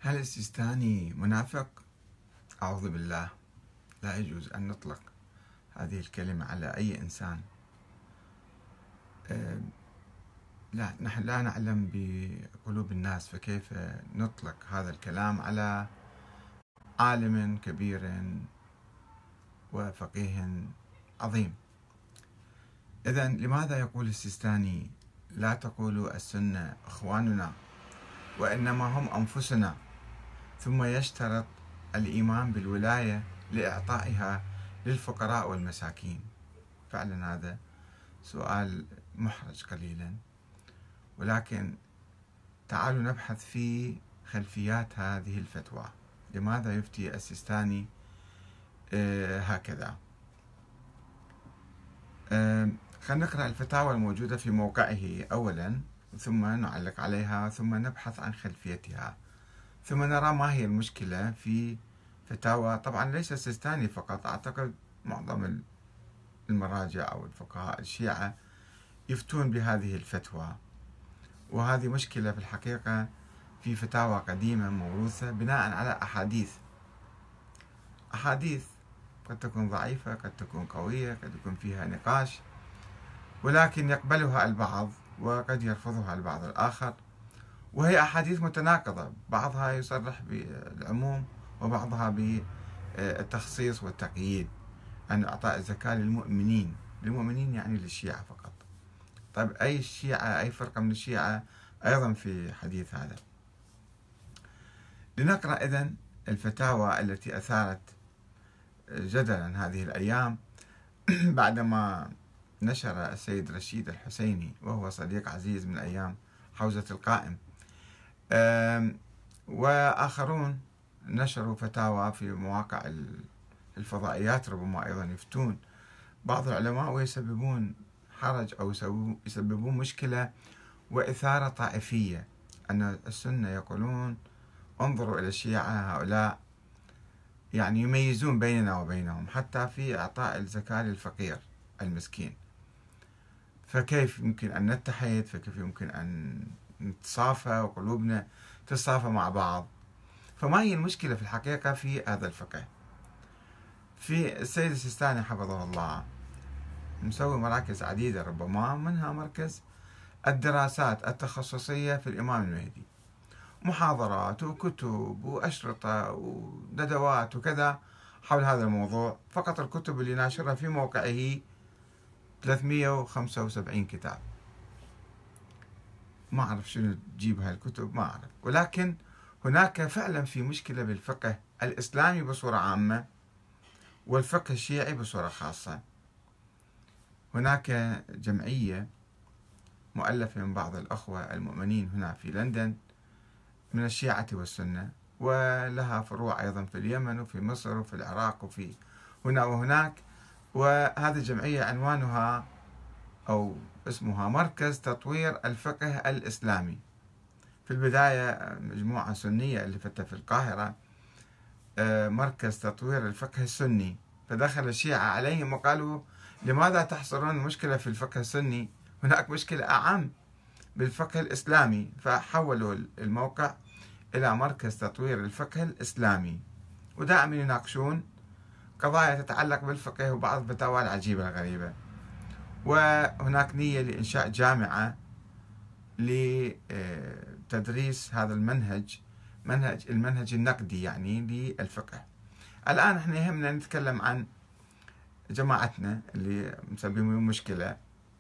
هل السيستاني منافق؟ أعوذ بالله. لا يجوز أن نطلق هذه الكلمة على أي إنسان. لا، نحن لا نعلم بقلوب الناس، فكيف نطلق هذا الكلام على عالم كبير وفقيه عظيم؟ إذن لماذا يقول السيستاني لا تقولوا السنة إخواننا وإنما هم أنفسنا، ثم يشترط الإيمان بالولاية لإعطائها للفقراء والمساكين؟ فعلا هذا سؤال محرج قليلا، ولكن تعالوا نبحث في خلفيات هذه الفتوى. لماذا يفتي السيستاني هكذا؟ خلينا نقرأ الفتاوى الموجودة في موقعه أولا، ثم نعلق عليها، ثم نبحث عن خلفيتها، ثم نرى ما هي المشكلة في فتاوى. طبعا ليس السيستاني فقط، أعتقد معظم المراجع أو الفقهاء الشيعة يفتون بهذه الفتوى، وهذه مشكلة في الحقيقة في فتاوى قديمة موروثة بناء على أحاديث قد تكون ضعيفة، قد تكون قوية، قد يكون فيها نقاش، ولكن يقبلها البعض وقد يرفضها البعض الآخر، وهي أحاديث متناقضة، بعضها يصرح بالعموم وبعضها بالتخصيص والتقييد عن إعطاء الزكاة للمؤمنين يعني للشيعة فقط. طيب أي الشيعة، أي فرقة من الشيعة أيضا في حديث هذا؟ لنقرأ إذن الفتاوى التي أثارت جدلا هذه الأيام بعدما نشر السيد رشيد الحسيني، وهو صديق عزيز من أيام حوزة القائم، وآخرون نشروا فتاوى في مواقع الفضائيات، ربما أيضا يفتون بعض العلماء ويسببون حرج أو يسببون مشكلة وإثارة طائفية، أن السنة يقولون انظروا إلى الشيعة، هؤلاء يعني يميزون بيننا وبينهم حتى في إعطاء الزكاة للفقير المسكين، فكيف يمكن أن نتحد؟ فكيف يمكن أن نتصافى وقلوبنا تتصافى مع بعض؟ فما هي المشكلة في الحقيقة في هذا الفقه؟ في السيد السيستاني حفظه الله مسوي مراكز عديدة، ربما منها مركز الدراسات التخصصية في الإمام المهدي، محاضرات وكتب وأشرطة وندوات وكذا حول هذا الموضوع. فقط الكتب اللي ناشرها في موقعه 375 كتاب، ما أعرف شنو تجيب هاي الكتب، ما أعرف، ولكن هناك فعلا في مشكلة بالفقه الإسلامي بصورة عامة والفقه الشيعي بصورة خاصة. هناك جمعية مؤلفة من بعض الأخوة المؤمنين هنا في لندن من الشيعة والسنة، ولها فروع أيضا في اليمن وفي مصر وفي العراق وفي هنا وهناك، وهذه الجمعية عنوانها أو اسمها مركز تطوير الفقه الإسلامي. في البداية مجموعة سنية ألفتها في القاهرة، مركز تطوير الفقه السني، فدخل الشيعة عليهم وقالوا لماذا تحصرون المشكلة في الفقه السني؟ هناك مشكلة أعم بالفقه الإسلامي، فحولوا الموقع إلى مركز تطوير الفقه الإسلامي، ودائما يناقشون قضايا تتعلق بالفقه وبعض الفتاوى العجيبة الغريبة. وهناك نية لإنشاء جامعة لتدريس هذا المنهج النقدي يعني للفقه. الآن احنا يهمنا نتكلم عن جماعتنا اللي مسببين مشكلة،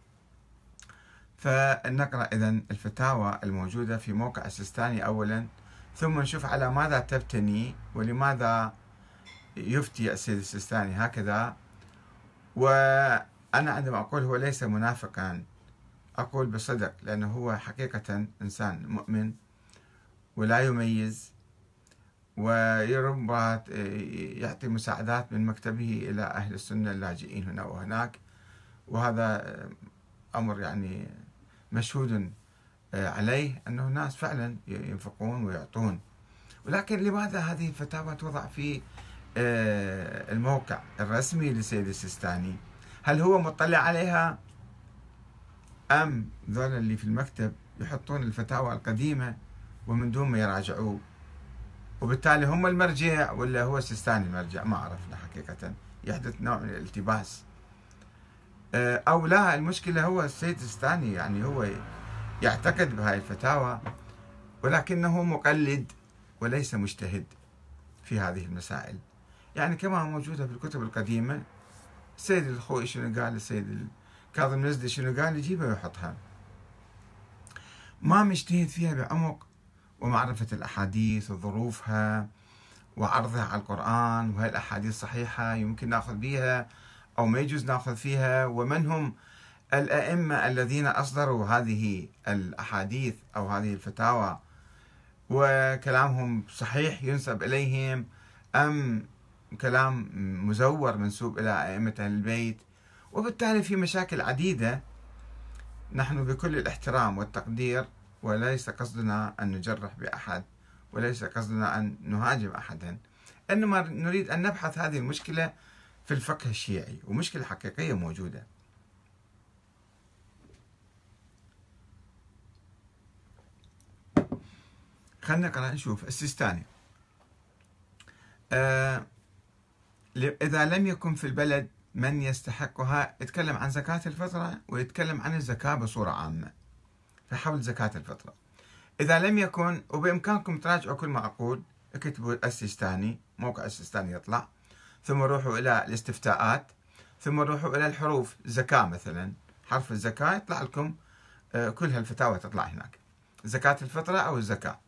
فنقرأ إذن الفتاوى الموجودة في موقع السيستاني أولا، ثم نشوف على ماذا تبتني ولماذا يفتي السيد السيستاني هكذا. وأنا عندما أقول هو ليس منافقا أقول بصدق، لأنه هو حقيقة إنسان مؤمن ولا يميز، ويربما يعطي مساعدات من مكتبه إلى أهل السنة اللاجئين هنا وهناك، وهذا أمر يعني مشهود عليه أنه الناس فعلا ينفقون ويعطون. ولكن لماذا هذه الفتاوى توضع في الموقع الرسمي للسيد السيستاني؟ هل هو مطلع عليها، أم ذولا اللي في المكتب يحطون الفتاوى القديمة ومن دون ما يراجعوه؟ وبالتالي هم المرجع ولا هو السيستاني المرجع، ما عرفنا حقيقة، يحدث نوع من الالتباس. أو لا، المشكلة هو السيد السيستاني، يعني هو يعتقد بهاي الفتاوى ولكنه مقلد وليس مجتهد في هذه المسائل. يعني كما موجودة في الكتب القديمة، السيد الخوئي شنو قال، السيد الكاظم النزلي شنو قال، يجيبها ويحطها، ما مجتهد فيها بعمق ومعرفة الأحاديث وظروفها وعرضها على القرآن، وهي الأحاديث صحيحة يمكن نأخذ بها أو ما يجوز نأخذ فيها، ومن هم الأئمة الذين أصدروا هذه الأحاديث أو هذه الفتاوى، وكلامهم صحيح ينسب إليهم أم كلام مزور منسوب إلى أئمة أهل البيت. وبالتالي في مشاكل عديدة. نحن بكل الاحترام والتقدير، وليس قصدنا أن نجرح بأحد، وليس قصدنا أن نهاجم أحدا، إنما نريد أن نبحث هذه المشكلة في الفقه الشيعي، ومشكلة حقيقية موجودة. خلنا نقرأ نشوف السيستاني. إذا لم يكن في البلد من يستحقها، يتكلم عن زكاة الفطرة ويتكلم عن الزكاة بصورة عامة، فحول زكاة الفطرة. إذا لم يكن، وبإمكانكم تراجعوا كل ما أقول، اكتبوا السيستاني، موقع السيستاني يطلع، ثم روحوا إلى الاستفتاءات، ثم روحوا إلى الحروف، زكاة مثلا، حرف الزكاة يطلع لكم كل هالفتاوى تطلع هناك، زكاة الفطرة أو الزكاة.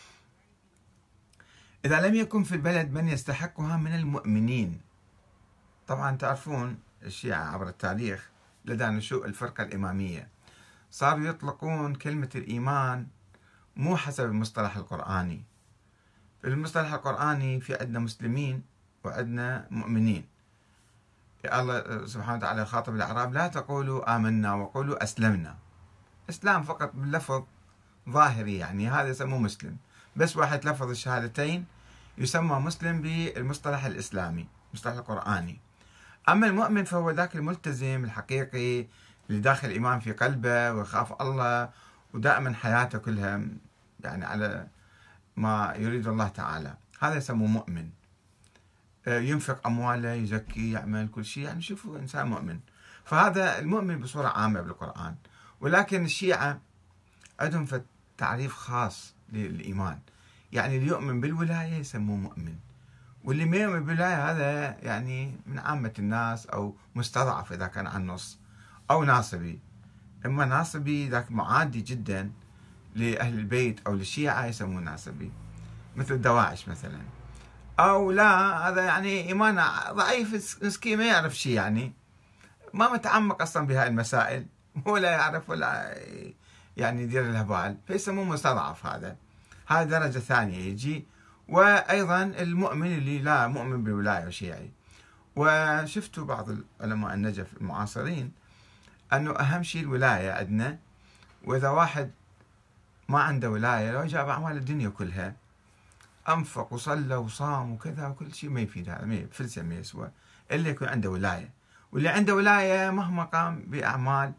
إذا لم يكن في البلد من يستحقها من المؤمنين. طبعا تعرفون الشيعة عبر التاريخ لدى نشوء الفرقة الإمامية صاروا يطلقون كلمة الإيمان مو حسب المصطلح القرآني. في المصطلح القرآني في عندنا مسلمين وعندنا مؤمنين. الله سبحانه وتعالى خاطب الأعراب: لا تقولوا آمنا وقولوا أسلمنا. إسلام فقط باللفظ ظاهري، يعني هذا يسموه مسلم، بس واحد لفظ الشهادتين يسمى مسلم بالمصطلح الإسلامي، المصطلح القرآني. أما المؤمن فهو ذاك الملتزم الحقيقي اللي داخل الإيمان في قلبه ويخاف الله، ودائما حياته كلها يعني على ما يريد الله تعالى، هذا يسموه مؤمن. ينفق أمواله، يزكي، يعمل كل شيء، يعني شوفوا إنسان مؤمن. فهذا المؤمن بصورة عامة بالقرآن. ولكن الشيعة عندهم تعريف خاص للإيمان، يعني اللي يؤمن بالولاية يسموه مؤمن، واللي ما يؤمن بالولاية هذا يعني من عامة الناس، أو مستضعف إذا كان عن نص، أو ناصبي. إما ناصبي ذاك معادي جدا لأهل البيت أو للشيعة يسموه ناصبي، مثل دواعش مثلا. أو لا، هذا يعني إيمانه ضعيف، مسكين ما يعرف شيء، يعني ما متعمق أصلا بهاي المسائل، ولا يعرف ولا يعني يدير لها بال، فيسموه مستضعف. هذا درجة ثانية يجي. وأيضا المؤمن اللي لا مؤمن بالولاية وشيعي. وشفتوا بعض العلماء النجف المعاصرين أنه أهم شيء الولاية عندنا، وإذا واحد ما عنده ولاية لو جاب أعمال الدنيا كلها، أنفق وصلى وصام وكذا وكل شيء، ما يفيد، هذا ما فلسة ما يسوى إلا يكون عنده ولاية. واللي عنده ولاية مهما قام بأعمال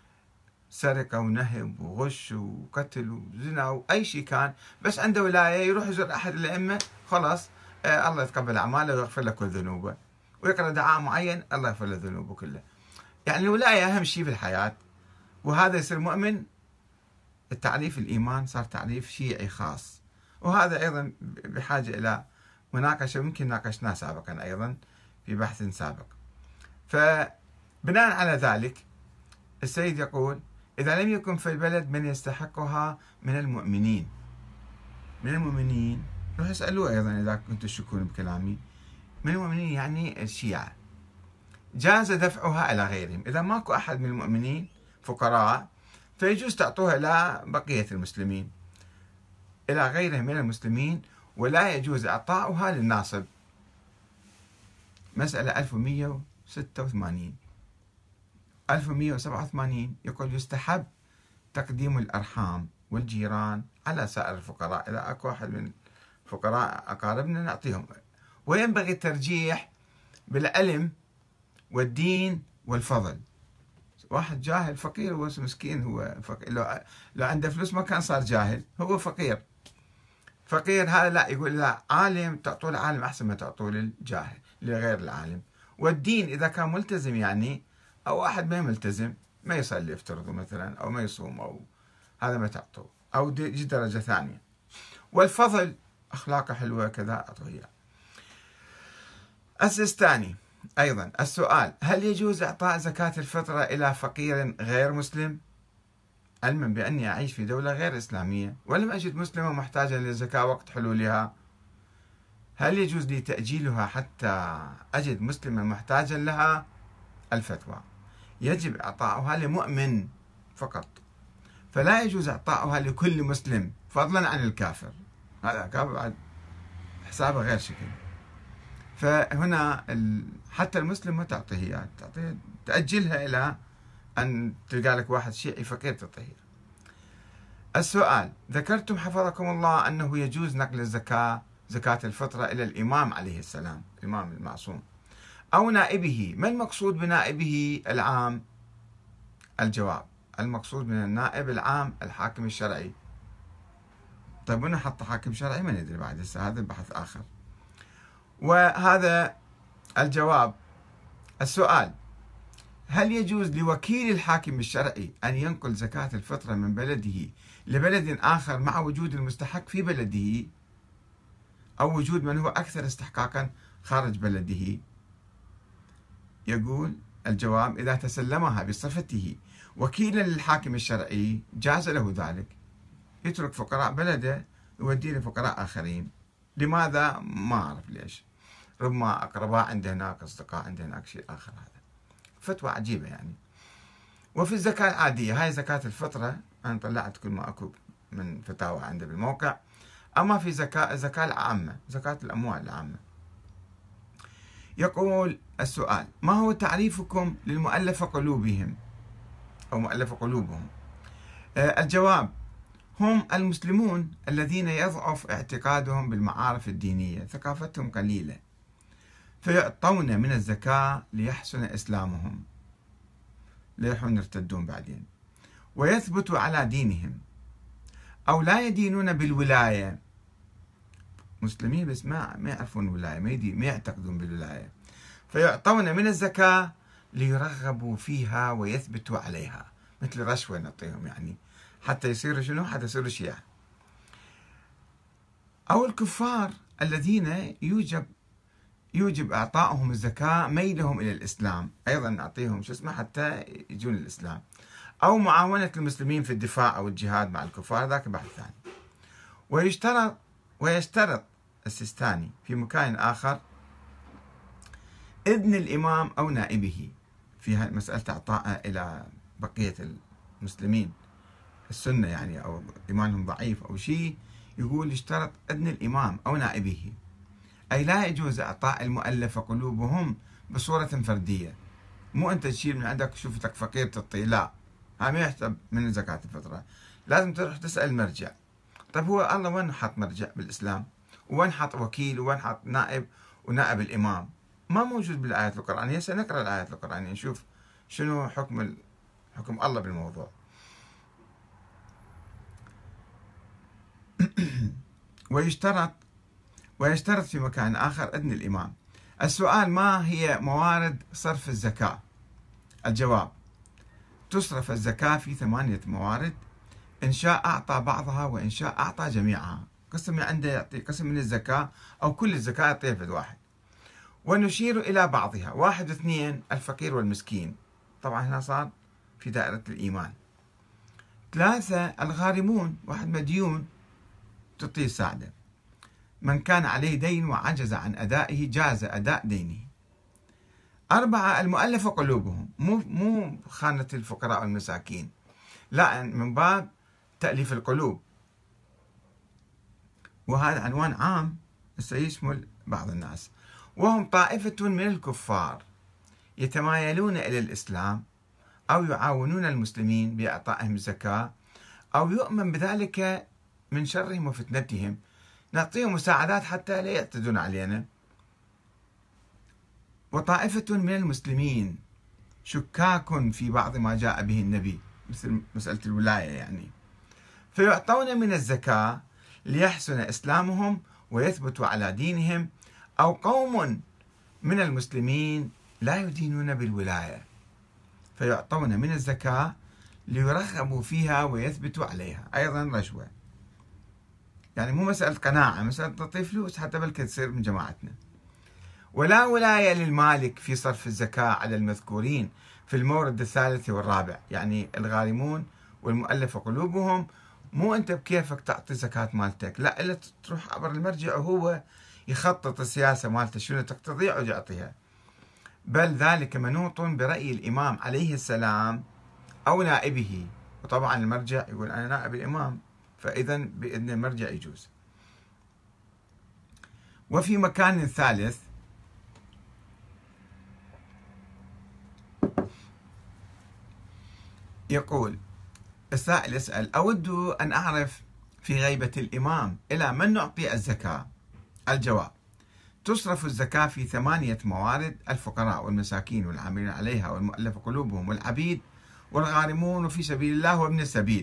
سرقة ونهب وغش وقتل وزنا وأي شيء كان، بس عنده ولاية، يروح يزور أحد الأئمة، خلاص الله يتقبل أعماله ويغفر له كل ذنوبه، ويقرأ دعاء معين الله يغفر له ذنوبه كله. يعني الولاية أهم شيء في الحياة. وهذا يصير مؤمن. التعريف الإيمان صار تعريف شيعي خاص، وهذا أيضا بحاجة إلى مناقشة، ويمكن ناقشناه سابقا أيضا في بحث سابق. فبناء على ذلك السيد يقول: إذا لم يكن في البلد من يستحقها من المؤمنين. من المؤمنين روح اسألوه أيضا إذا كنتم تشكون بكلامي. من المؤمنين يعني الشيعة. جاز دفعها إلى غيرهم. إذا ماكو أحد من المؤمنين فقراء، فيجوز تعطوها إلى بقية المسلمين، إلى غيرهم من المسلمين، ولا يجوز إعطاؤها للناصب. مسألة 1186. 1187 يقول: يستحب تقديم الأرحام والجيران على سائر الفقراء. إذا أكو واحد من فقراء أقاربنا نعطيهم، وينبغي الترجيح بالعلم والدين والفضل. واحد جاهل فقير، هو مسكين، هو فقير. لو عنده فلوس ما كان صار جاهل، هو فقير، فقير هذا لا، يقول لا، عالم تعطوه العالم أحسن ما تعطوه للجاهل لغير العالم. والدين إذا كان ملتزم يعني، أو واحد ما ملتزم ما يصلي يفترضوا مثلا، أو ما يصوم، أو هذا ما تعطوه، أو دي درجة ثانية. والفضل أخلاقه حلوة كذا أعطوه إياه. السيستاني أيضا السؤال: هل يجوز إعطاء زكاة الفطرة إلى فقير غير مسلم؟ علما بأني أعيش في دولة غير إسلامية ولم أجد مسلما محتاجا للزكاة وقت حلولها، هل يجوز لي تأجيلها حتى أجد مسلما محتاجا لها؟ الفتوى: يجب إعطاؤها لمؤمن فقط، فلا يجوز إعطاؤها لكل مسلم فضلا عن الكافر، هذا كافر بعد حسابه غير شكل. فهنا حتى المسلم ما تعطيه، تأجلها إلى أن تلقى لك واحد شيعي فقير تعطيه. السؤال: ذكرتم حفظكم الله أنه يجوز نقل الزكاة، زكاة الفطرة، إلى الإمام عليه السلام، الإمام المعصوم، أو نائبه. ما المقصود بنائبه العام؟ الجواب: المقصود من النائب العام الحاكم الشرعي. طيب هنا حط حاكم شرعي ما ندري بعد، هذا بحث آخر. وهذا الجواب. السؤال: هل يجوز لوكيل الحاكم الشرعي أن ينقل زكاة الفطرة من بلده لبلد آخر مع وجود المستحق في بلده، أو وجود من هو أكثر استحقاقا خارج بلده؟ يقول الجواب: إذا تسلمها بصفته وكيلا للحاكم الشرعي جاز له ذلك، يترك فقراء بلده يودي لفقراء آخرين. لماذا؟ ما أعرف ليش، ربما أقرباء عنده هناك، أصدقاء عنده هناك، شيء آخر. هذا فتوى عجيبة يعني. وفي الزكاة العادية، هاي زكاة الفطرة أنا طلعت كل ما أكو من فتاوى عنده بالموقع. أما في الزكاة العامة، زكاة الأموال العامة، يقول السؤال: ما هو تعريفكم للمؤلف قلوبهم أو مؤلف قلوبهم؟ الجواب: هم المسلمون الذين يضعف اعتقادهم بالمعارف الدينية، ثقافتهم قليلة، فيعطون من الزكاة ليحسن إسلامهم، لا يحون يرتدون بعدين، ويثبتوا على دينهم، أو لا يدينون بالولاية، مسلمين بس ما يعرفون الولاية، ما يعتقدون بالولاية، فيعطون من الزكاة ليرغبوا فيها ويثبتوا عليها، مثل رشوة نعطيهم يعني حتى يصيروا شنو؟ حتى يصيروا شيعة. أو الكفار الذين يوجب إعطائهم الزكاة ميلهم إلى الإسلام، أيضا نعطيهم شو اسمه حتى يجون الإسلام. أو معاونة المسلمين في الدفاع أو الجهاد مع الكفار، ذاك بحث ثاني. ويشترط السيستاني في مكان آخر إذن الإمام أو نائبه في مسألة إعطائه إلى بقية المسلمين السنة يعني، أو إيمانهم ضعيف أو شيء، يقول يشترط إذن الإمام أو نائبه، أي لا يجوز إعطاء المؤلف قلوبهم بصورة فردية، مو أنت تشيل من عندك شوفتك فقير تعطيه، لا، هذا ما يحسب من زكاة الفطرة، لازم تروح تسأل مرجع. طيب هو الله وين حط مرجع بالإسلام؟ وين حط وكيل؟ وين حط نائب ونائب الإمام؟ ما موجود بالآيات القرآنية. سنقرأ الآيات القرآنية نشوف شنو حكم الله بالموضوع. ويشترط في مكان آخر إذن الإمام. السؤال: ما هي موارد صرف الزكاة؟ الجواب: تصرف الزكاة في 8 موارد، إن شاء أعطى بعضها وإن شاء أعطى جميعها، قسم عنده يعطي قسم من الزكاة أو كل الزكاة يعطيها في واحد. ونشير إلى بعضها: 1 و2 الفقير والمسكين، طبعا هنا صار في دائرة الإيمان. 3 الغارمون، واحد مديون تعطيه ساعده. من كان عليه دين وعجز عن أدائه جاز أداء دينه. 4 المؤلف قلوبهم، مو خانة الفقراء والمساكين، لا، من باب تأليف القلوب، وهذا عنوان عام سيشمل بعض الناس. وهم طائفة من الكفار يتمايلون إلى الإسلام أو يعاونون المسلمين بإعطائهم الزكاة، أو يؤمن بذلك من شرهم وفتنتهم، نعطيهم مساعدات حتى لا يعتدون علينا. وطائفة من المسلمين شكاك في بعض ما جاء به النبي، مثل مسألة الولاية يعني، فيعطون من الزكاة ليحسن إسلامهم ويثبتوا على دينهم، أو قوم من المسلمين لا يدينون بالولاية فيعطون من الزكاة ليرغبوا فيها ويثبتوا عليها، أيضا رشوة. يعني مو مسألة قناعة، مسألة تعطي فلوس حتى بلكي تصير من جماعتنا. ولا ولاية للمالك في صرف الزكاة على المذكورين في المورد الثالث والرابع، يعني الغارمون والمؤلفة قلوبهم مو أنت بكيفك تعطي زكاة مالتك، لا، إلا تروح عبر المرجع وهو يخطط السياسة مالته شنو تقتضي ويعطيها، بل ذلك منوط برأي الإمام عليه السلام أو نائبه. وطبعا المرجع يقول أنا نائب الإمام، فإذا بإذن المرجع يجوز. وفي مكان ثالث يقول السائل يسأل: أود أن أعرف في غيبة الإمام إلى من نعطي الزكاة؟ الجواب: تصرف الزكاة في 8 موارد: الفقراء والمساكين والعاملين عليها والمؤلف قلوبهم والعبيد والغارمون وفي سبيل الله وابن السبيل.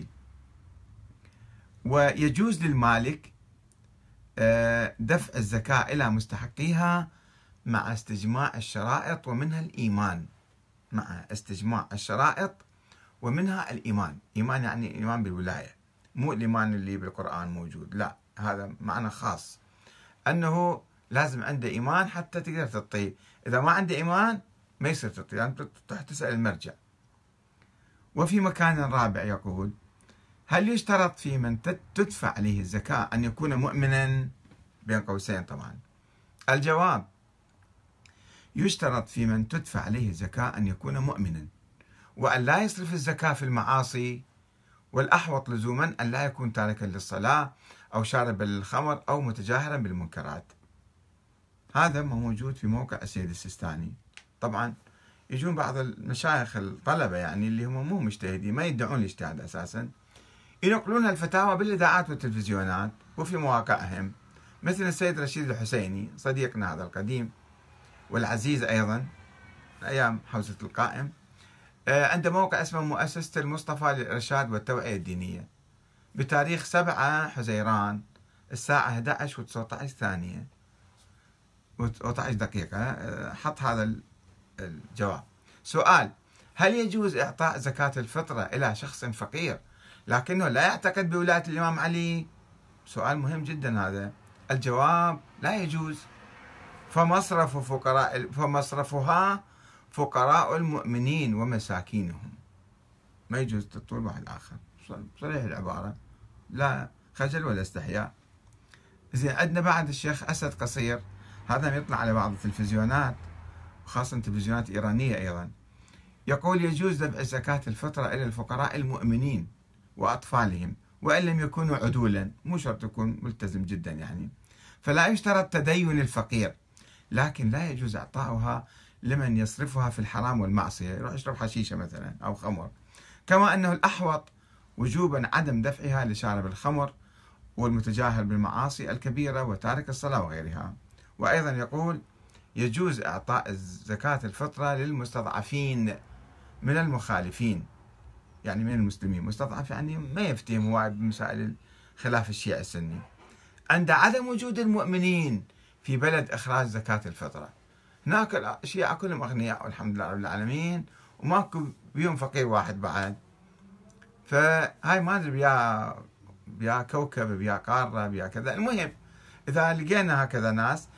ويجوز للمالك دفع الزكاة إلى مستحقيها مع استجماع الشرائط ومنها الإيمان، مع استجماع الشرائط ومنها الإيمان. إيمان يعني إيمان بالولاية، مو الإيمان اللي بالقرآن موجود، لا، هذا معنى خاص، أنه لازم عنده إيمان حتى تقدر تعطيه، إذا ما عنده إيمان ما يصير تعطيه، يعني تروح تسأل المرجع. وفي مكان رابع يقول: هل يشترط في من تدفع عليه الزكاة أن يكون مؤمنا؟ بين قوسين طبعا. الجواب: يشترط في من تدفع عليه الزكاة أن يكون مؤمنا، وأن لا يصرف الزكاة في المعاصي، والأحوط لزوما أن لا يكون تاركا للصلاة أو شاربا للخمر أو متجاهرا بالمنكرات. هذا ما موجود في موقع السيد السيستاني. طبعا يجون بعض المشايخ الطلبة يعني اللي هم مو مجتهدين، ما يدعون الاجتهاد أساسا، ينقلون الفتاوى بالإذاعات والتلفزيونات وفي مواقعهم، مثل السيد رشيد الحسيني صديقنا هذا القديم والعزيز أيضا أيام حوزة القائم، عنده موقع اسمه مؤسسة المصطفى للإرشاد والتوعية الدينية، بتاريخ 7 حزيران الساعة 11:19 ثانية و19 دقيقة حط هذا الجواب. سؤال: هل يجوز إعطاء زكاة الفطرة إلى شخص فقير لكنه لا يعتقد بولاية الإمام علي؟ سؤال مهم جدا هذا. الجواب: لا يجوز، فمصرفها فقراء المؤمنين ومساكينهم. ما يجوز تطول واحد آخر، صريح العبارة، لا خجل ولا استحياء. زين، عندنا بعد الشيخ أسد قصير، هذا يطلع على بعض التلفزيونات وخاصة تلفزيونات إيرانية أيضا، يقول: يجوز دفع زكاة الفطرة إلى الفقراء المؤمنين وأطفالهم وإن لم يكونوا عدولا، مو شرط يكون ملتزم جدا يعني، فلا يشترط تدين الفقير، لكن لا يجوز إعطاؤها لمن يصرفها في الحرام والمعصية، يروح يشرب حشيشة مثلا أو خمر. كما أنه الأحوط وجوبا عدم دفعها لشارب الخمر والمتجاهل بالمعاصي الكبيرة وتارك الصلاة وغيرها. وأيضا يقول: يجوز إعطاء زكاة الفطرة للمستضعفين من المخالفين، يعني من المسلمين. مستضعف يعني ما يفتهم هو بمسائل خلاف الشيعة السني، عند عدم وجود المؤمنين في بلد إخراج زكاة الفطرة. هناك الشيعة كلهم أغنياء والحمد لله رب العالمين، وماكو بيهم فقير واحد بعد، فهاي ما أدري بيا كوكب بيا قارة بيا كذا. المهم إذا لقينا هكذا ناس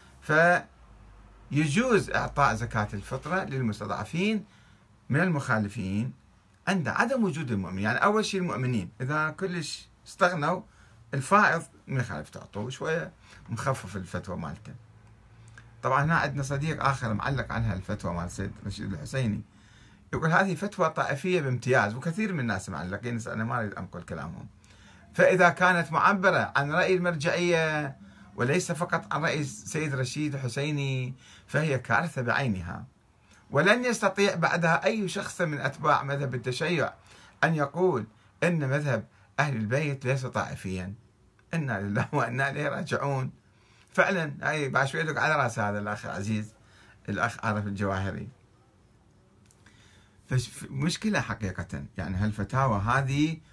فيجوز إعطاء زكاة الفطرة للمستضعفين من المخالفين عند عدم وجود المؤمنين. يعني أول شيء المؤمنين، إذا كلش استغنوا الفائض من يخالف تعطوه شوية مخفف الفتوى مالته. طبعا هنا عندنا صديق آخر معلق عنها الفتوى مال السيد رشيد الحسيني، يقول: هذه فتوى طائفية بامتياز، وكثير من الناس معلقين، بس أنا ما أريد أنقل كلامهم. فإذا كانت معبرة عن رأي المرجعية وليس فقط عن رأي السيد رشيد الحسيني فهي كارثة بعينها، ولن يستطيع بعدها أي شخص من أتباع مذهب التشيع أن يقول إن مذهب أهل البيت ليس طائفيا. إنا لله وإنا إليه راجعون. فعلا هاي بعد شوي لك على رأس هذا الأخ العزيز الأخ عارف الجواهري. فمشكلة حقيقة يعني هالفتاوى هذه،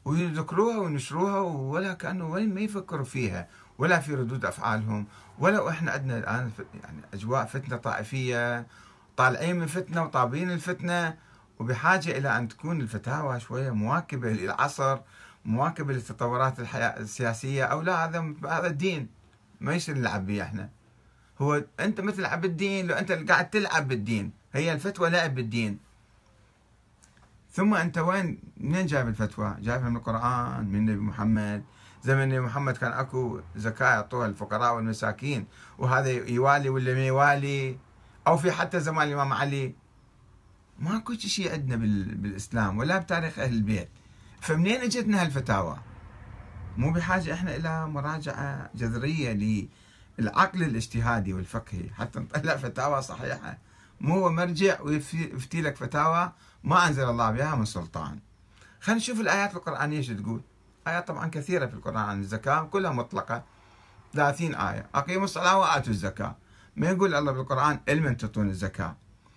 ويذكروها وينشروها ولا كأنه وين ما يفكروا فيها ولا في ردود أفعالهم. ولا إحنا عندنا الآن يعني أجواء فتنة طائفية، طالعين من فتنة وطابين الفتنة، وبحاجة إلى أن تكون الفتاوى شوية مواكبة للعصر، مواكبة للتطورات الحياة السياسية. أو لا، هذا الدين ما يصير نلعب به احنا. هو أنت مثل تلعب بالدين، لو أنت قاعد تلعب بالدين، هي الفتوى لعب بالدين. ثم أنت منين جايب الفتوى؟ جايبها من القرآن، من النبي محمد. زمن النبي محمد كان أكو زكاة يعطوها الفقراء والمساكين، وهذا يوالي ولا ما يوالي. أو في حتى زمان الإمام علي ماكو شيء عندنا بالإسلام ولا بتاريخ أهل البيت. فمنين اجتنا هالفتاوى؟ مو بحاجة إحنا إلى مراجعة جذرية للعقل الاجتهادي والفقهي حتى نطلع فتاوى صحيحة؟ مو هو مرجع ويفتي لك فتاوى ما أنزل الله بها من سلطان. خلينا نشوف الآيات القرآنية شو تقول. آيات طبعا كثيرة في القرآن عن الزكاة، كلها مطلقة، 30 آية. أقيموا الصلاة وآتوا الزكاة. ما يقول الله بالقرآن علما تعطون الزكاة.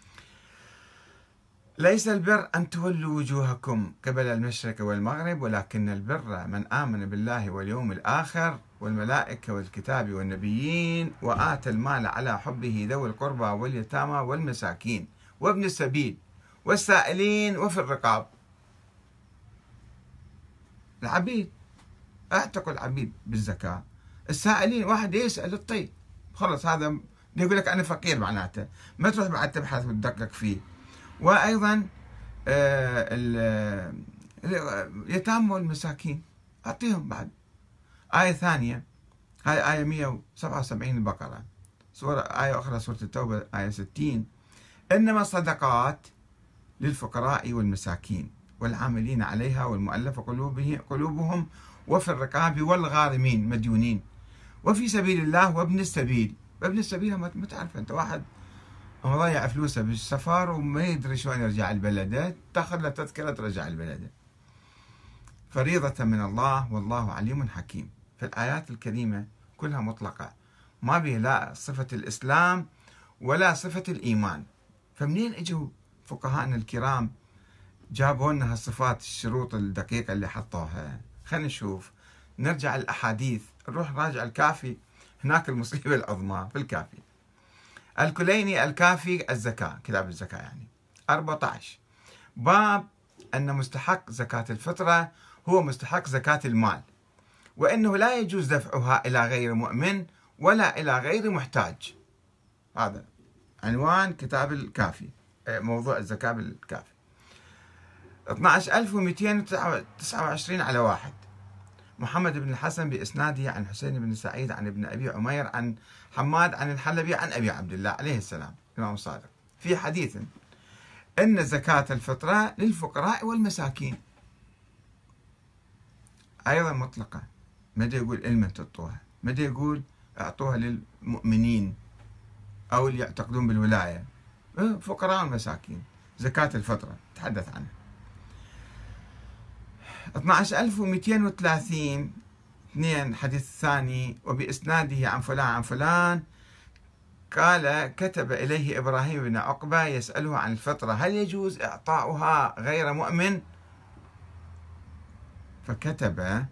ليس البر أن تولوا وجوهكم قبل المشرق والمغرب، ولكن البر من آمن بالله واليوم الآخر والملائكة والكتاب والنبيين وآتى المال على حبه ذوي القربى واليتامى والمساكين وابن السبيل والسائلين وفي الرقاب. العبيد، اعتقوا العبيد بالزكاة. السائلين، واحد يسأل الطيب خلص، هذا يقول لك أنا فقير معناته، ما تروح بعد تبحث وتدقق فيه. وأيضا اليتامى والمساكين أعطيهم بعد. آية ثانية، هاي آية 177 البقرة. آية أخرى سورة التوبة آية 60: إنما الصدقات للفقراء والمساكين والعاملين عليها والمؤلف قلوبهم وفي الرقاب والغارمين مديونين وفي سبيل الله وابن السبيل. وابن السبيل ما تعرف أنت، واحد مضيع فلوسه بالسفر وما يدري شلون يرجع البلد، تاخذ له تذكرة ترجع البلد. فريضة من الله والله عليم حكيم. فالآيات الكريمة كلها مطلقة، ما بها لا صفة الإسلام ولا صفة الإيمان. فمنين اجوا فقهاءنا الكرام جابوا لنا هالصفات، الشروط الدقيقة اللي حطوها؟ خلينا نشوف، نرجع الأحاديث، نروح راجع الكافي، هناك المصيبة العظمى في الكافي. الكليني الكافي الزكاة، كتاب الزكاة يعني، 14 باب أن مستحق زكاة الفطرة هو مستحق زكاة المال، وأنه لا يجوز دفعها إلى غير مؤمن ولا إلى غير محتاج. هذا عنوان كتاب الكافي، موضوع الزكاة بالكافي. 12229 على واحد. محمد بن الحسن بإسناده عن حسين بن سعيد عن ابن أبي عمير عن حماد عن الحلبي عن أبي عبد الله عليه السلام الإمام الصادق في حديث إن زكاة الفطرة للفقراء والمساكين. أيضا مطلقة، متى يقول علما تعطوها، متى يقول أعطوها للمؤمنين أو اللي يعتقدون بالولاية. فقراء والمساكين زكاة الفطرة تحدث عنها. 12230 2 حديث ثاني وبإسناده عن فلان عن فلان قال كتب إليه إبراهيم بن عقبة يسأله عن الفطرة هل يجوز إعطاؤها غير مؤمن؟ فكتب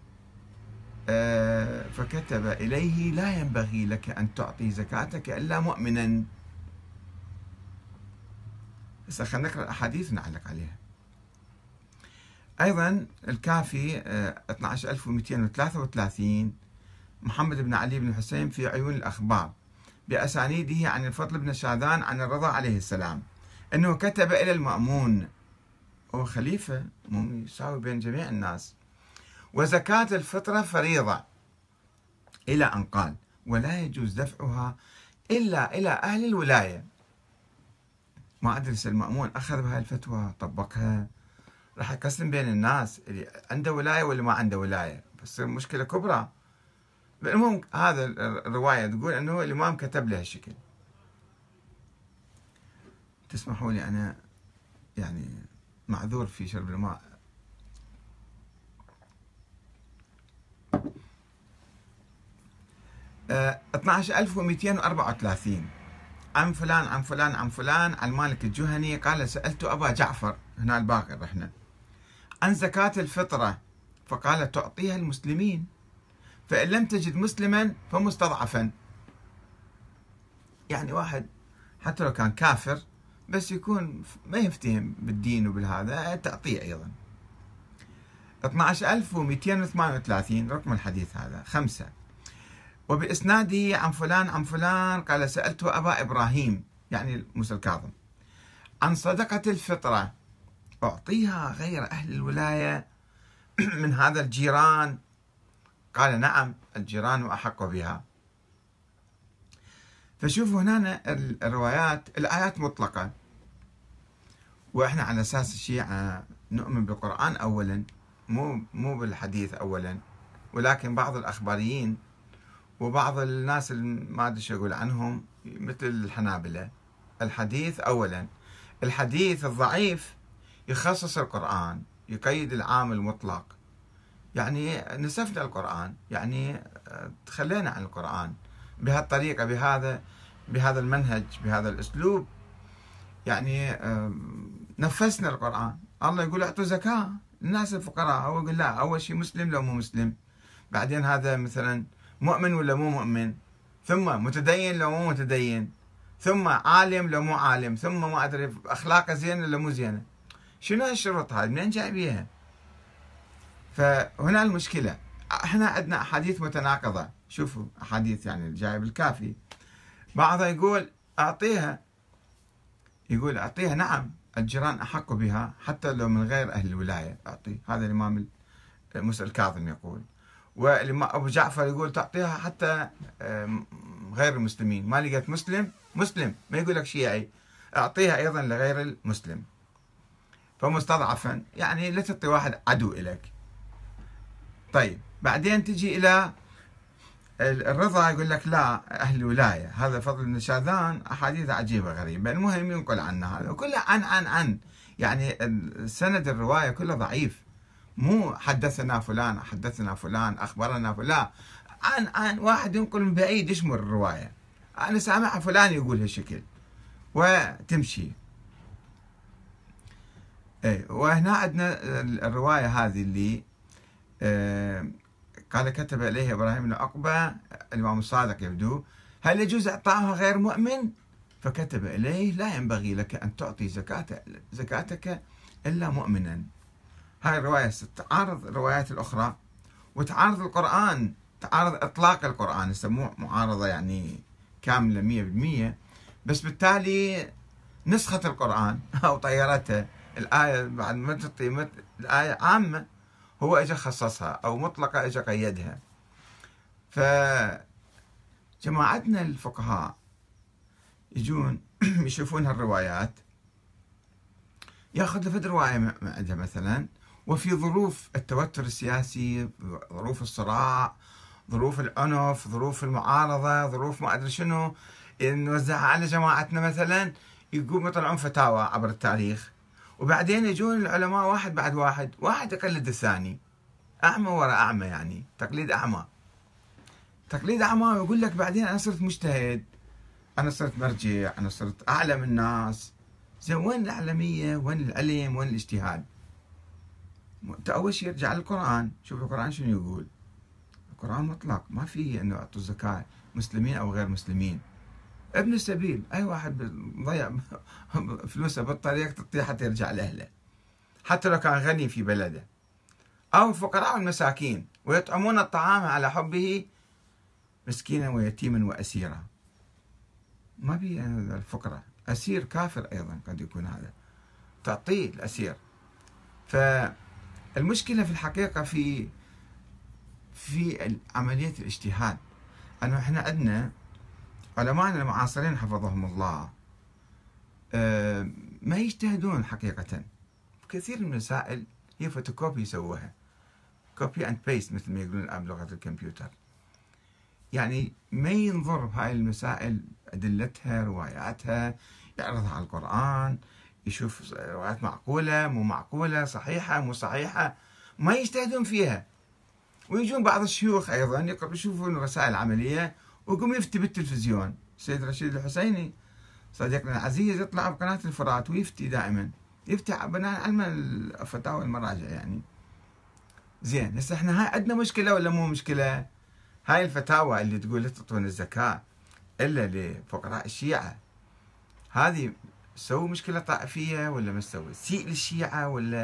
إليه لا ينبغي لك أن تعطي زكاتك إلا مؤمنا. هسه خلينا نقرأ الأحاديث ونعلق عليها. أيضا الكافي 12233 محمد بن علي بن الحسين في عيون الأخبار بأسانيده عن الفضل بن شاذان عن الرضا عليه السلام أنه كتب إلى المأمون، هو خليفة يساوي بين جميع الناس، وزكاة الفطرة فريضة، إلى أن قال ولا يجوز دفعها إلا إلى أهل الولاية. ما أدري المأمون أخذ بهاي الفتوى طبقها، راح يقسم بين الناس اللي عنده ولاية واللي ما عنده ولاية، بس مشكلة كبرى. المهم هذا الرواية تقول أنه الإمام كتب له هالشكل. تسمحوا لي أنا يعني معذور في شرب الماء. أه 12234 عن فلان عن فلان عن فلان عن مالك الجهني قال سألت أبا جعفر، هنا الباقر احنا، عن زكاة الفطرة فقال تعطيها المسلمين، فإن لم تجد مسلما فمستضعفا. يعني واحد حتى لو كان كافر بس يكون ما يفتهم بالدين وبالهذا تعطيه أيضا. 12238 رقم الحديث هذا. 5. وبإسناده عن فلان عن فلان قال سألت أبا إبراهيم يعني موسى الكاظم عن صدقة الفطرة أعطيها غير أهل الولاية من هذا الجيران؟ قال نعم الجيران أحق بها. فشوفوا هنا الروايات، الآيات مطلقة، وإحنا على أساس الشيعة نؤمن بالقرآن أولا مو بالحديث أولا، ولكن بعض الأخباريين وبعض الناس اللي ما أدري شو أقول عنهم مثل الحنابلة الحديث أولا. الحديث الضعيف يخصص القرآن، يقيد العام المطلق، يعني نسفنا القرآن، يعني تخلينا عن القرآن بهالطريقة، بهذا المنهج، بهذا الأسلوب، يعني نفسنا القرآن. الله يقول اعطوا زكاة الناس الفقراء، هو يقول لا، أول شيء مسلم لو مو مسلم، بعدين هذا مثلا مؤمن ولا مو مؤمن، ثم متدين لو مو متدين، ثم عالم لو مو عالم، ثم ما أدري أخلاقه زينة ولا مو زينة. شنو هالشروط هذه؟ منين جايبيها؟ فهنا المشكلة. احنا عندنا أحاديث متناقضة. شوفوا أحاديث يعني جايب الكافي، بعضها يقول أعطيها، يقول أعطيها نعم الجيران أحق بها حتى لو من غير أهل الولاية أعطيه. هذا الإمام موسى الكاظم يقول. وأبو جعفر يقول تعطيها حتى غير المسلمين، ما لقيت مسلم ما يقول لك شيعي أعطيها أيضا لغير المسلم. فمستضعفا يعني لا تعطي واحد عدو إليك. طيب بعدين تجي إلى الرضا، يقول لك لا أهل الولاية هذا فضل بن شاذان، أحاديث عجيبة غريبة، المهم ينقل عنا هذا وكله عن يعني سند الرواية كله ضعيف، مو حدثنا فلان حدثنا فلان أخبرنا فلان، عن واحد ينقل من بعيد يشمر الرواية، أنا سامع فلان يقول هالشكل وتمشي. وهنا عندنا الرواية هذه اللي قال كتب إليه إبراهيم بن عقبة الإمام الصادق يبدو هل يجوز إعطائها غير مؤمن؟ فكتب إليه لا ينبغي لك أن تعطي زكاتك إلا مؤمنا. هاي الرواية تعارض الروايات الأخرى وتعارض القرآن، تعارض إطلاق القرآن، يسموه معارضة يعني كاملة 100%، بس بالتالي نسخة القرآن أو طيرته. الآية بعد ما تعطي الآية عامة هو اجى خصصها، او مطلقة اجى قيدها. فجماعتنا الفقهاء يجون يشوفون هالروايات، ياخذ لفد رواية عندها مثلا، وفي ظروف التوتر السياسي، ظروف الصراع، ظروف العنف، ظروف المعارضة، ظروف ما ادري شنو، نوزعها على جماعتنا مثلا، يقوم يطلعون فتاوى عبر التاريخ، وبعدين يجون العلماء واحد بعد واحد يقلد الثاني، أعمى وراء أعمى، يعني تقليد أعمى، ويقول لك بعدين أنا صرت مجتهد، أنا صرت مرجع، أنا صرت أعلم الناس. زين وين الأعلمية؟ وين العلم؟ وين الاجتهاد؟ أول شيء يرجع للقرآن، شوف القرآن شنو يقول. القرآن مطلق، ما فيه أنه أعطوا الزكاة مسلمين أو غير مسلمين. ابن السبيل أي واحد ضيع فلوسه بالطريق تعطيه حتى يرجع لأهله، حتى لو كان غني في بلده، أو الفقراء والمساكين، ويطعمون الطعام على حبه مسكينا ويتيما وأسيرا. ما بي الفقراء، أسير كافر أيضا قد يكون هذا، تعطيه الأسير. فالمشكلة في الحقيقة في عملية الاجتهاد، أنه إحنا عندنا علماء المعاصرين حفظهم الله ما يجتهدون حقيقة. كثير من المسائل هي فوتوكوبي يسووها، كوبي اند بيست مثل ما يقولون الآن بلغة الكمبيوتر، يعني ما ينظر بهاي المسائل أدلتها رواياتها، يعرضها على القرآن، يشوف روايات معقولة مو معقولة، صحيحة مو صحيحة، ما يجتهدون فيها. ويجون بعض الشيوخ أيضا يشوفون رسائل عملية ويقوم يفتي بالتلفزيون. السيد رشيد الحسيني صديقنا العزيز يطلع بقناة الفرات ويفتي دائما، يفتي بناء علم الفتاوى المراجع يعني. زين هسه احنا هاي عندنا مشكلة ولا مو مشكلة؟ هاي الفتاوى اللي تقول لا تعطون الزكاة إلا لفقراء الشيعة، هذه تسوي مشكلة طائفية ولا ما تسوي؟ تسيء للشيعة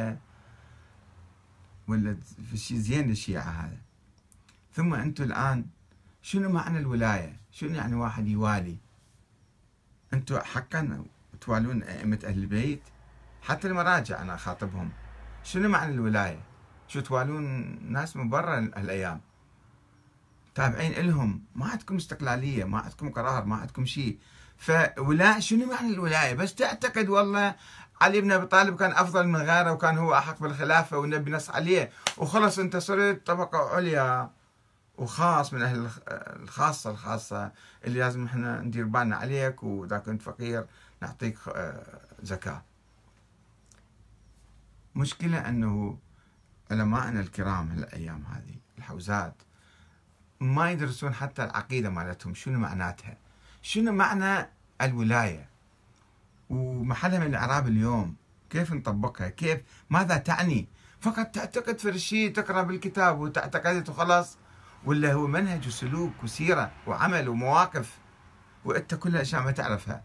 ولا في شيء زين للشيعة هذا؟ ثم أنتم الآن شنو معنى الولاية؟ شنو يعني واحد يوالي؟ أنتم حقا توالون أئمة أهل البيت؟ حتى المراجع أنا أخاطبهم، شنو معنى الولاية؟ شو توالون ناس من برا هالأيام تابعين إلهم، ما عندكم استقلالية، ما عندكم قرار، ما عندكم شيء. فولاء شنو معنى الولاية؟ بس تعتقد والله علي بن أبي طالب كان أفضل من غيره وكان هو أحق بالخلافة والنبي نص عليه وخلص أنت صرت طبقة عليا وخاص من أهل الخاصة اللي لازم احنا ندير بالنا عليك، وإذا كنت فقير نعطيك زكاة. مشكلة أنه علماءنا الكرام هالأيام هذه الحوزات ما يدرسون حتى العقيدة مالتهم شنو معناتها، شنو معنى الولاية ومحلها من الإعراب اليوم، كيف نطبقها، كيف ماذا تعني؟ فقط تعتقد في الشيء تقرأ بالكتاب وتعتقدت وخلاص، ولا هو منهج وسلوك وسيرة وعمل ومواقف وأنت كل الأشياء ما تعرفها؟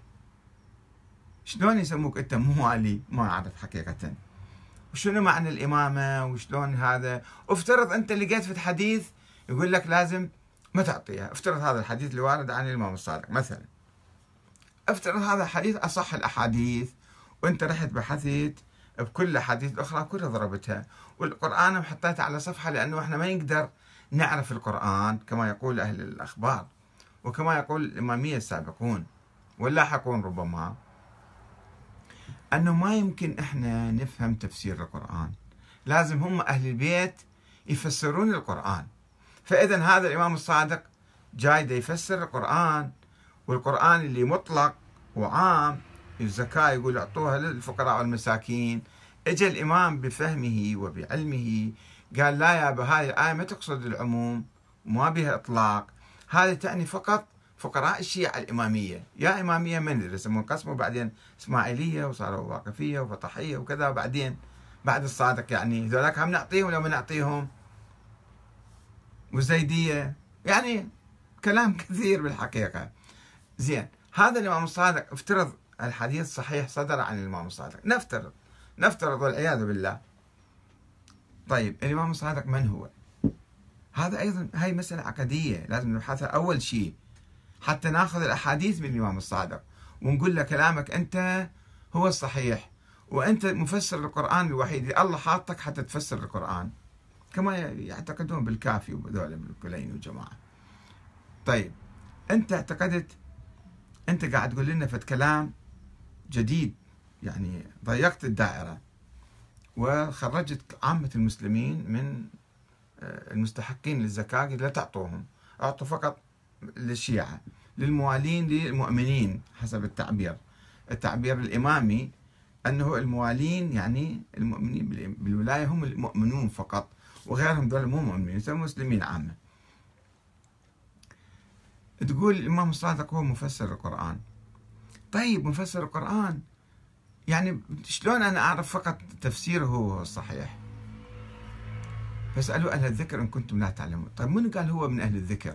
شلون يسموك أنت موالي؟ ما أعرف حقيقة. وشنو معنى الإمامة وشلون هذا؟ افترض أنت لقيت في الحديث يقول لك لازم ما تعطيها، افترض هذا الحديث اللي وارد عن الإمام الصادق مثلا، افترض هذا الحديث أصح الأحاديث، وأنت رحت بحثت بكل الأحاديث الأخرى كلها ضربتها، والقرآن محطيته على صفحة لأنه إحنا ما نقدر نعرف القرآن كما يقول أهل الأخبار وكما يقول الإمامية السابقون واللاحقون ربما، أنه ما يمكن إحنا نفهم تفسير القرآن، لازم هم أهل البيت يفسرون القرآن. فإذا هذا الإمام الصادق جاي يفسر القرآن، والقرآن اللي مطلق وعام، الزكاة يقول اعطوها للفقراء والمساكين، اجى الإمام بفهمه وبعلمه قال لا يا أبا هاي الآية ما تقصد العموم وما بها إطلاق، هذه تعني فقط فقراء الشيعة الإمامية. يا إمامية من اللي يسمون قسموا بعدين إسماعيلية وصاروا واقفية وفطحية وكذا، وبعدين بعد الصادق يعني ذولاك هم نعطيهم ولا ما نعطيهم، وزيدية، يعني كلام كثير بالحقيقة. زين هذا الإمام الصادق افترض الحديث صحيح صدر عن الإمام الصادق، نفترض والعياذ بالله. طيب الإمام الصادق من هو؟ هذا أيضا هاي مسألة عقدية لازم نبحثها أول شيء حتى ناخذ الأحاديث من الإمام الصادق ونقول له كلامك أنت هو الصحيح، وأنت مفسر القرآن الوحيد اللي الله حاطك حتى تفسر القرآن كما يعتقدون بالكافي وذولا بالكلين والجماعة. طيب أنت اعتقدت، أنت قاعد تقول لنا فت كلام جديد، يعني ضيقت الدائرة وخرجت عامة المسلمين من المستحقين للزكاة لا تعطوهم، أعطوا فقط للشيعة، للموالين للمؤمنين حسب التعبير الإمامي، أنه الموالين يعني المؤمنين بالولاية هم المؤمنون فقط، وغيرهم دول مو مؤمنين يسمون مسلمين عامة. تقول الإمام الصادق هو مفسر القرآن. طيب مفسر القرآن يعني شلون أنا أعرف فقط تفسيره هو الصحيح؟ فاسألوا أهل الذكر إن كنتم لا تعلمون. طيب من قال هو من أهل الذكر؟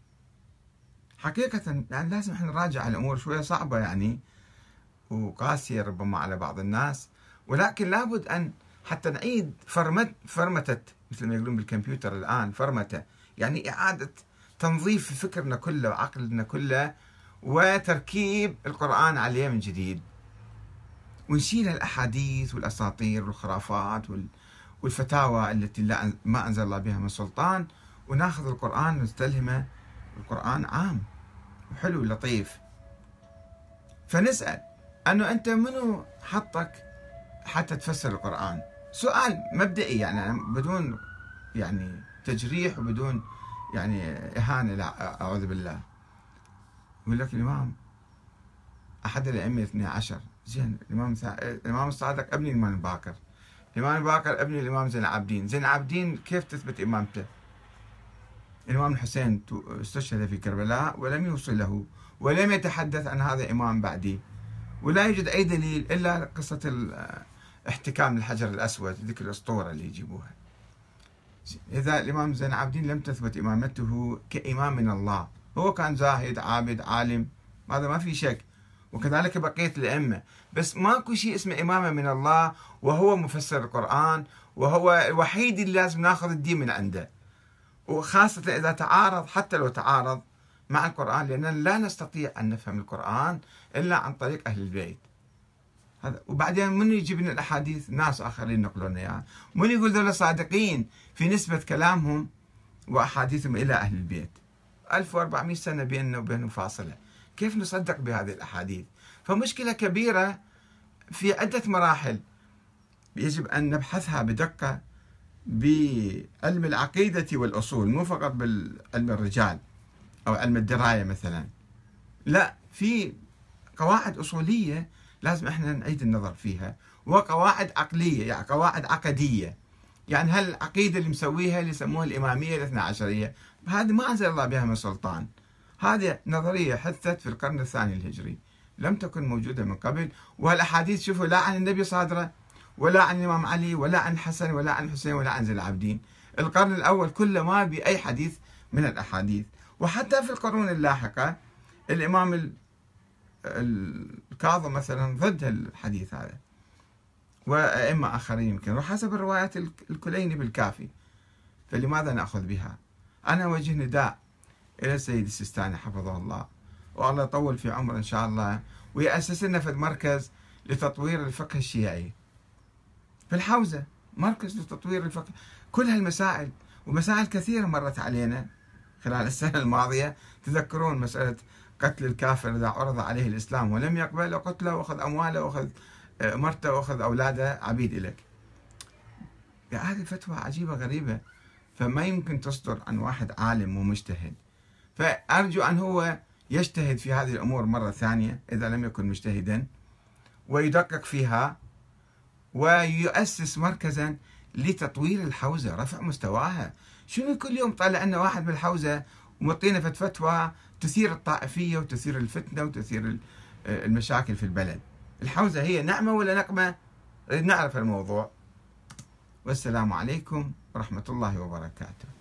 حقيقة يعني لازم احنا نراجع الأمور، شوية صعبة يعني وقاسية ربما على بعض الناس، ولكن لابد أن حتى نعيد فرمتة مثل ما يقولون بالكمبيوتر الآن، فرمتة يعني إعادة تنظيف فكرنا كله وعقلنا كله وتركيب القرآن عليه من جديد، ونشيل الأحاديث والأساطير والخرافات والفتاوى التي ما أنزل الله بها من سلطان، وناخذ القرآن ونستلهمه. القرآن عام وحلو لطيف. فنسأل أنه أنت منو حطك حتى تفسر القرآن؟ سؤال مبدئي يعني بدون يعني تجريح وبدون يعني إهانة، لا أعوذ بالله. يقول لك الإمام أحد الأئمة 12، زين الإمام الصادق ابن الإمام الباقر، الإمام الباقر ابن الإمام زين العابدين، زين العابدين كيف تثبت إمامته؟ الإمام الحسين استشهد في كربلاء ولم يوصل له ولم يتحدث عن هذا إمام بعدي، ولا يوجد أي دليل إلا قصة احتكام الحجر الأسود، ذيك الأسطورة اللي يجيبوها. إذا الإمام زين العابدين لم تثبت إمامته كإمام من الله، هو كان زاهد عابد عالم، هذا ما في شك، وكذلك بقية الأئمة، بس ماكو شيء اسمه إمامة من الله وهو مفسر القرآن وهو الوحيد اللي لازم ناخذ الدين من عنده، وخاصة إذا تعارض، حتى لو تعارض مع القرآن، لأننا لا نستطيع أن نفهم القرآن إلا عن طريق أهل البيت. هذا. وبعدين من يجيب لنا الأحاديث؟ ناس آخرين نقلون إياها. من يقول ذولا صادقين في نسبة كلامهم وأحاديثهم إلى أهل البيت؟ 1400 سنة بيننا وبينهم فاصلة، كيف نصدق بهذه الأحاديث؟ فمشكلة كبيرة في عدة مراحل يجب أن نبحثها بدقة بعلم العقيدة والأصول، مو فقط بالعلم الرجال أو علم الدراية مثلا، لا، في قواعد أصولية لازم احنا نعيد النظر فيها، وقواعد عقلية، يعني قواعد عقدية. يعني هل العقيدة اللي مسويها اللي يسموها الإمامية الاثنى عشرية، هذه ما أنزل الله بها من سلطان، هذه نظرية حدثت في القرن الثاني الهجري، لم تكن موجودة من قبل. والأحاديث شوفوا لا عن النبي صادرة، ولا عن الإمام علي، ولا عن الحسن، ولا عن الحسين، ولا عن زين العابدين. القرن الأول كله ما بأي حديث من الأحاديث. وحتى في القرون اللاحقة الإمام الكاظم مثلا ضد الحديث هذا، وأئمة آخرين يمكن، وحسب الروايات الكليني بالكافي. فلماذا نأخذ بها؟ أنا أوجه نداء إلى السيد السيستاني حفظه الله، والله يطول في عمره إن شاء الله، ويأسس لنا في مركز لتطوير الفقه الشيعي في الحوزة، مركز لتطوير الفقه. كل هالمسائل ومسائل كثيرة مرت علينا خلال السنة الماضية، تذكرون مسألة قتل الكافر إذا عرض عليه الإسلام ولم يقبل، وقتله وأخذ أمواله وأخذ مرته وأخذ أولاده عبيد إليك. يعني هذه فتوى عجيبة غريبة، فما يمكن تصدر عن واحد عالم ومجتهد. فأرجو أن هو يجتهد في هذه الأمور مرة ثانية إذا لم يكن مجتهدا، ويدقق فيها، ويؤسس مركزا لتطوير الحوزة، رفع مستواها. شنو كل يوم طالع لنا واحد بالحوزة ومعطينا فتوى تثير الطائفية وتثير الفتنة وتثير المشاكل في البلد؟ الحوزة هي نعمة ولا نقمة؟ نعرف الموضوع. والسلام عليكم ورحمة الله وبركاته.